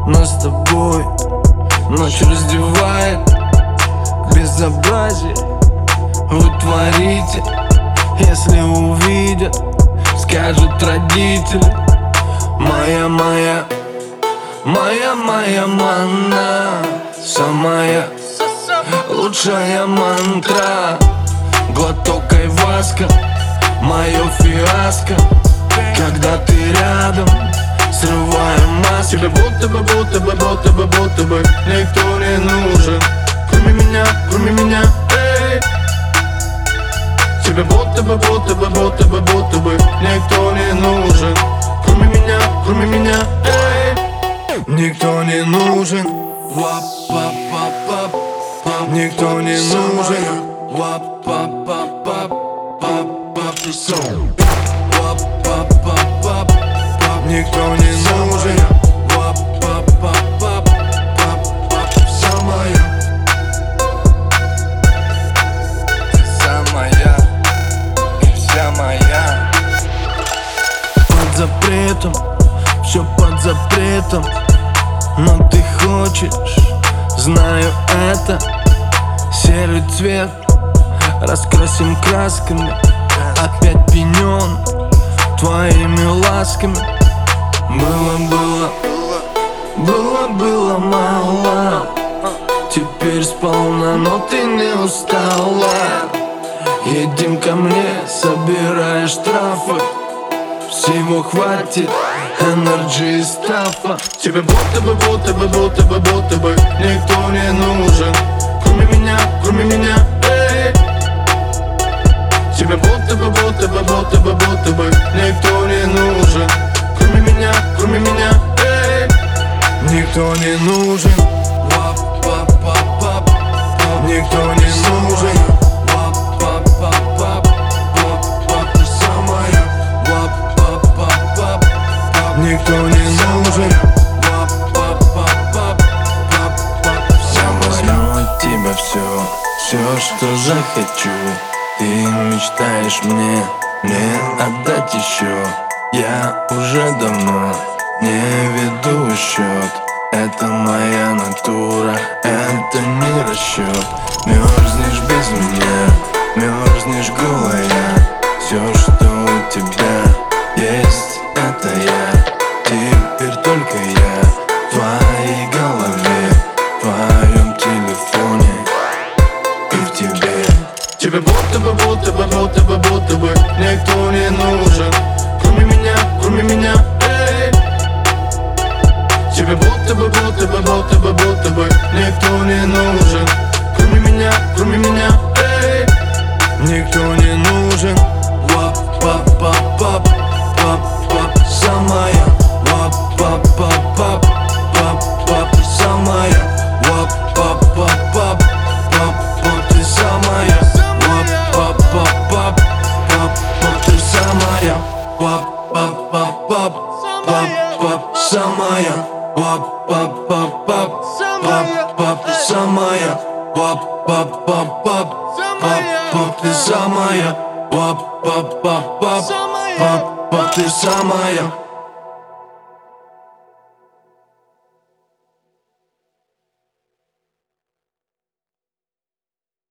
Нас с тобой ночь раздевает. Безобразие вы творите. Если увидят, скажут родители. Моя манна, самая лучшая мантра. Глоток айваска, мое фиаско. Когда ты рядом, срываем маски. Тебе будто бы никто не нужен, кроме меня, эй. Тебе будто бы никто не нужен, кроме меня, эй. Никто не нужен, никто не нужен, никто не нужен. Самая и вся моя. Под запретом, все под запретом. Но ты хочешь, знаю это. Серый цвет раскрасим красками. Опять пьянен твоими ласками. Было мало. Теперь сполна, но ты не устала. Едем ко мне, собираешь штрафы. Всего хватит энерджи и стафа. Тебе будто бы никто не нужен, кроме меня, эй. Тебе будто бы никто не нужен, кроме меня, эй. Никто не нужен, никто не нужен. Никто не нужен. Я возьму от тебя все, что захочу. Ты мечтаешь мне отдать еще. Я уже давно не веду счет. Это моя натура, это не расчет. Мерзнешь без меня, мерзнешь голая. Все, что у тебя есть, это я. Теперь только я в твоей голове, в твоем телефоне и в тебе. Тебе будто бы никто не нужен, кроме меня, эй. Тебе будто бы никто не нужен, кроме меня, эй. Никто не нужен. Самая ты самая, ты самая, ты самая, самая, ты самая, ты самая.